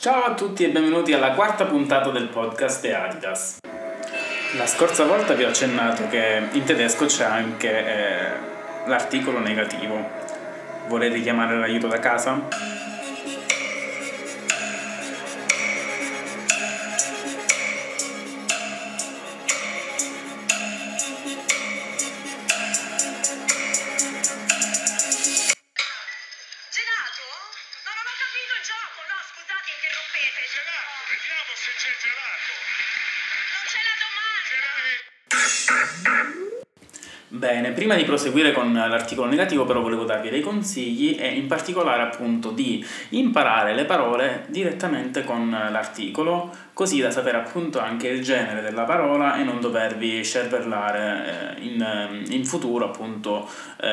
Ciao a tutti e benvenuti alla quarta puntata del podcast The Adidas. La scorsa volta vi ho accennato che in tedesco c'è anche l'articolo negativo. Volete chiamare l'aiuto da casa? Gelato? No, non ho capito il gioco. No, scusate, interrompete. Gelato, vediamo se c'è gelato. Non c'è la domanda. Bene, prima di proseguire con l'articolo negativo però volevo darvi dei consigli e in particolare appunto di imparare le parole direttamente con l'articolo, così da sapere appunto anche il genere della parola e non dovervi scervellare in futuro appunto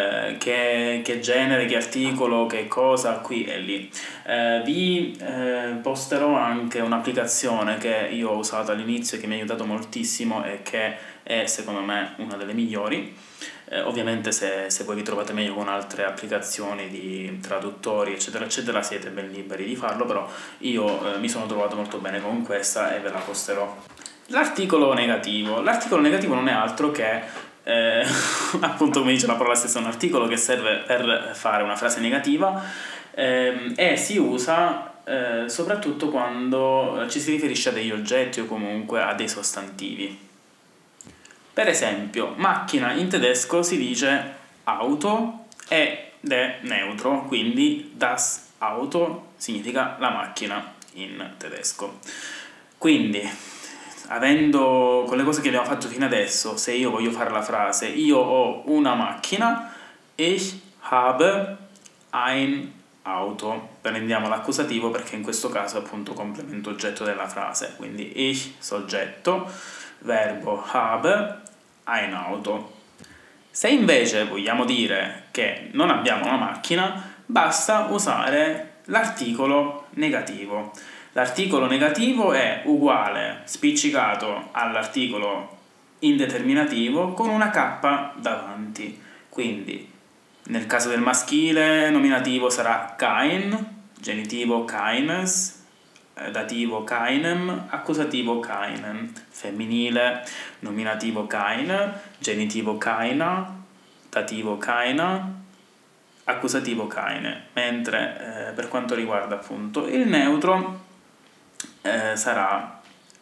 che genere, che articolo, che cosa qui e lì. Vi posterò anche un'applicazione che io ho usato all'inizio e che mi ha aiutato moltissimo e che è secondo me una delle migliori. Ovviamente se voi vi trovate meglio con altre applicazioni di traduttori eccetera eccetera siete ben liberi di farlo, però io mi sono trovato molto bene con questa e ve la posterò. L'articolo negativo non è altro che appunto come dice la parola stessa, un articolo che serve per fare una frase negativa e si usa soprattutto quando ci si riferisce a degli oggetti o comunque a dei sostantivi. Per esempio, macchina in tedesco si dice Auto ed è neutro, quindi das Auto significa la macchina in tedesco. Quindi, con le cose che abbiamo fatto fino adesso, se io voglio fare la frase io ho una macchina, ich habe ein Auto, prendiamo l'accusativo perché in questo caso è appunto complemento oggetto della frase, quindi ich soggetto, verbo habe, ein Auto. Se invece vogliamo dire che non abbiamo una macchina, basta usare l'articolo negativo. L'articolo negativo è uguale, spiccicato all'articolo indeterminativo con una K davanti. Quindi nel caso del maschile nominativo sarà kein, genitivo keines, dativo keinem, accusativo keinen, femminile nominativo kein, genitivo keina, dativo keina, accusativo keine, mentre per quanto riguarda appunto il neutro sarà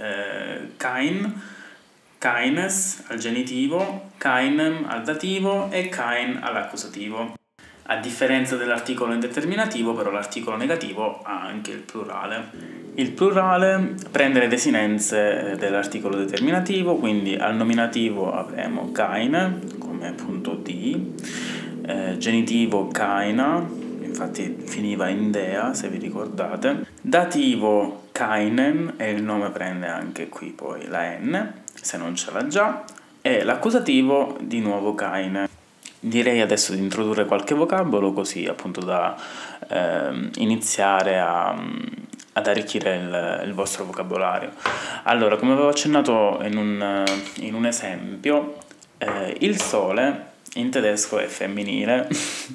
kein, keines al genitivo, keinem al dativo e kein all'accusativo. A differenza dell'articolo indeterminativo, però l'articolo negativo ha anche il plurale. Il plurale prende le desinenze dell'articolo determinativo, quindi al nominativo avremo keine, come appunto di, genitivo keina, infatti finiva in dea, se vi ricordate, dativo keinen, e il nome prende anche qui poi la n, se non ce l'ha già, e l'accusativo di nuovo keine. Direi adesso di introdurre qualche vocabolo così appunto da iniziare ad arricchire il vostro vocabolario. Allora, come avevo accennato in un esempio, il sole in tedesco è femminile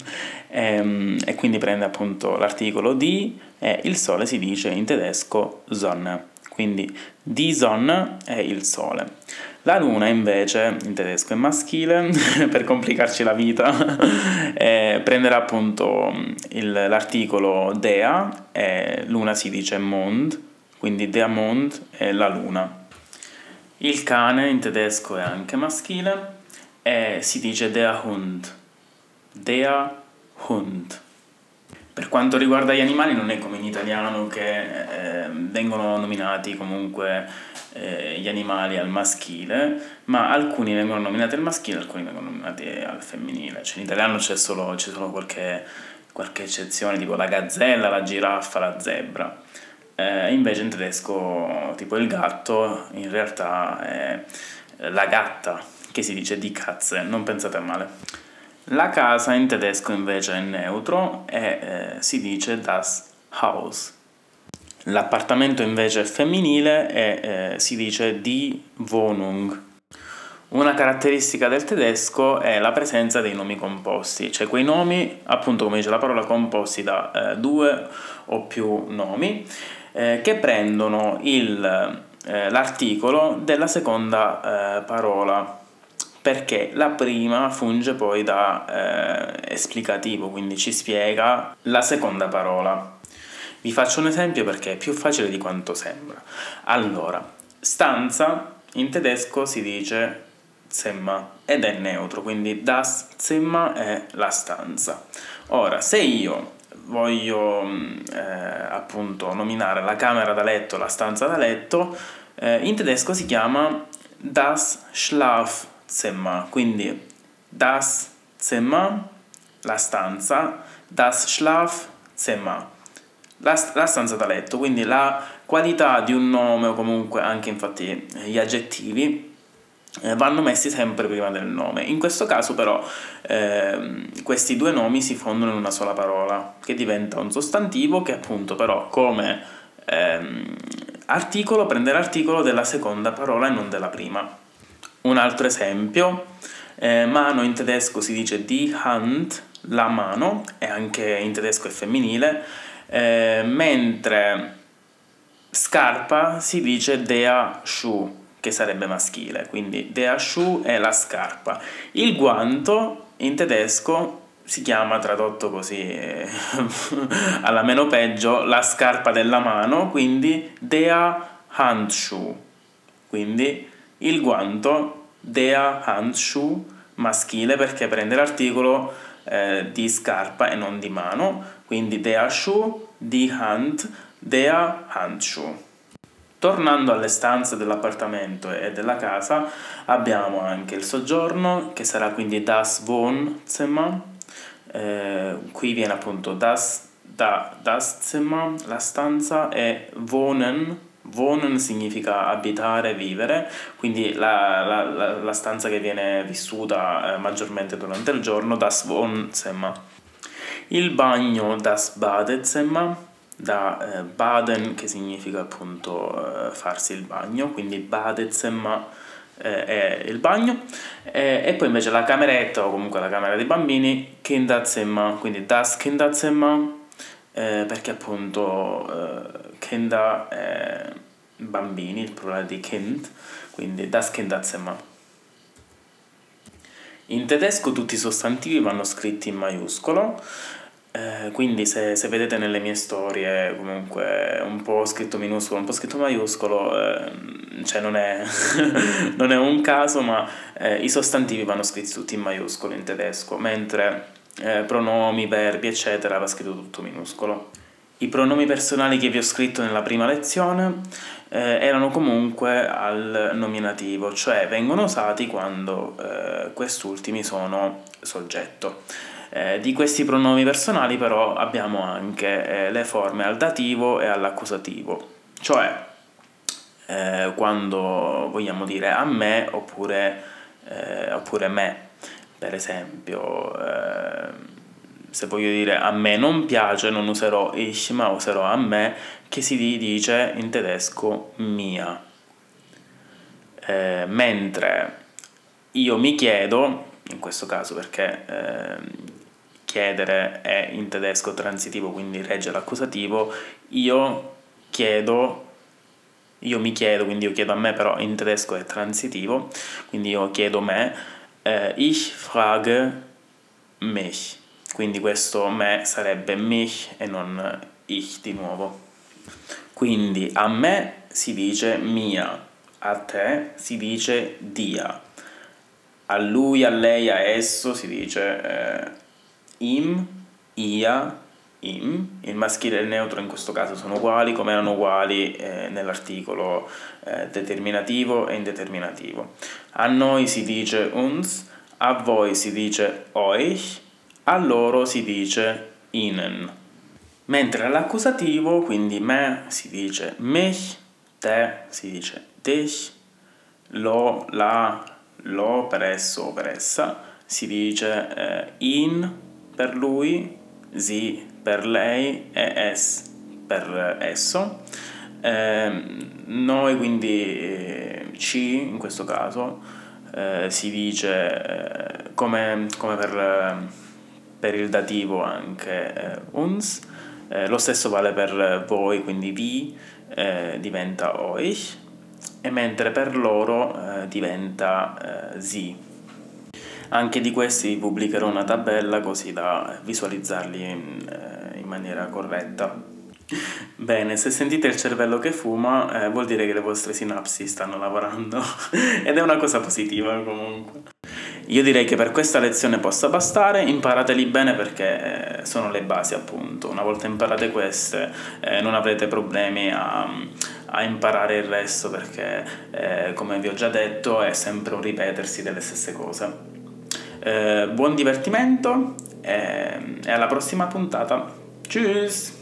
e quindi prende appunto l'articolo di, e il sole si dice in tedesco Sonne, quindi die Sonne è il sole. La luna invece in tedesco è maschile, per complicarci la vita, prenderà appunto l'articolo der, e luna si dice Mond, quindi der Mond è la luna. Il cane in tedesco è anche maschile e si dice der Hund, der Hund. Per quanto riguarda gli animali non è come in italiano che vengono nominati comunque gli animali al maschile, ma alcuni vengono nominati al maschile, alcuni vengono nominati al femminile. Cioè in italiano c'è solo qualche eccezione, tipo la gazzella, la giraffa, la zebra. Invece in tedesco tipo il gatto in realtà è la gatta, che si dice die Katze, non pensate male. La casa in tedesco invece è neutro e si dice das Haus. L'appartamento invece è femminile e si dice die Wohnung. Una caratteristica del tedesco è la presenza dei nomi composti, cioè quei nomi, appunto come dice la parola, composti da due o più nomi. che prendono l'articolo della seconda parola, perché la prima funge poi da esplicativo, quindi ci spiega la seconda parola. Vi faccio un esempio perché è più facile di quanto sembra. Allora, stanza in tedesco si dice Zimmer ed è neutro, quindi das Zimmer è la stanza. Ora, se io voglio appunto nominare la camera da letto, la stanza da letto, in tedesco si chiama das Schlafzimmer, quindi das Zimmer, la stanza, das Schlafzimmer, la stanza da letto. Quindi la qualità di un nome, o comunque anche infatti gli aggettivi, vanno messi sempre prima del nome. In questo caso però questi due nomi si fondono in una sola parola, che diventa un sostantivo, che appunto però come articolo prende l'articolo della seconda parola e non della prima. Un altro esempio, mano in tedesco si dice die Hand, la mano, e anche in tedesco è femminile, mentre scarpa si dice der Schuh, che sarebbe maschile, quindi der Schuh è la scarpa. Il guanto in tedesco si chiama, tradotto così alla meno peggio, la scarpa della mano, quindi der Handschuh, quindi il guanto, der Handschuh, maschile perché prende l'articolo di scarpa e non di mano, quindi der Schuh, die Hand, der Handschuh. Tornando alle stanze dell'appartamento e della casa, abbiamo anche il soggiorno, che sarà quindi das Wohnzimmer. Qui viene appunto das Zimmer, la stanza, e wohnen significa abitare, vivere, quindi la stanza che viene vissuta maggiormente durante il giorno, das Wohnzimmer. Il bagno, das Badezimmer, da baden, che significa appunto farsi il bagno, quindi Badezimmer è il bagno, e poi invece la cameretta, o comunque la camera dei bambini, Kinderzimmer, quindi das Kinderzimmer, perché appunto Kinder è bambini, il plurale di Kind, quindi das Kinderzimmer. In tedesco tutti i sostantivi vanno scritti in maiuscolo, quindi se vedete nelle mie storie comunque un po' scritto minuscolo, un po' scritto maiuscolo, cioè non è, non è un caso, ma i sostantivi vanno scritti tutti in maiuscolo in tedesco, mentre pronomi, verbi eccetera va scritto tutto minuscolo. I pronomi personali che vi ho scritto nella prima lezione erano comunque al nominativo, cioè vengono usati quando quest'ultimi sono soggetto. Di questi pronomi personali però abbiamo anche le forme al dativo e all'accusativo, cioè quando vogliamo dire a me oppure me. Per esempio, se voglio dire a me non piace non userò ich, ma userò a me, che si dice in tedesco mia. Mentre io mi chiedo, in questo caso perché chiedere è in tedesco transitivo, quindi regge l'accusativo, io mi chiedo, quindi io chiedo a me, però in tedesco è transitivo, quindi io chiedo me, ich frage mich, quindi questo me sarebbe mich e non ich di nuovo. Quindi a me si dice mia, a te si dice dia, a lui, a lei, a esso si dice im, ia, im. Il maschile e il neutro in questo caso sono uguali, come erano uguali nell'articolo determinativo e indeterminativo. A noi si dice uns, a voi si dice euch, a loro si dice ihnen. Mentre all'accusativo, quindi me si dice mich, te si dice dich, lo, la, lo per esso o per essa si dice ihn per lui, sie per lei e es per esso. Noi quindi ci, in questo caso, si dice come per il dativo anche uns, Lo stesso vale per voi, quindi vi diventa euch, e mentre per loro diventa sie. Anche di questi pubblicherò una tabella così da visualizzarli in maniera corretta. Bene, se sentite il cervello che fuma, vuol dire che le vostre sinapsi stanno lavorando ed è una cosa positiva comunque. Io direi che per questa lezione possa bastare, imparateli bene perché sono le basi appunto. Una volta imparate queste non avrete problemi a imparare il resto perché come vi ho già detto è sempre un ripetersi delle stesse cose. Buon divertimento e alla prossima puntata. Tschüss!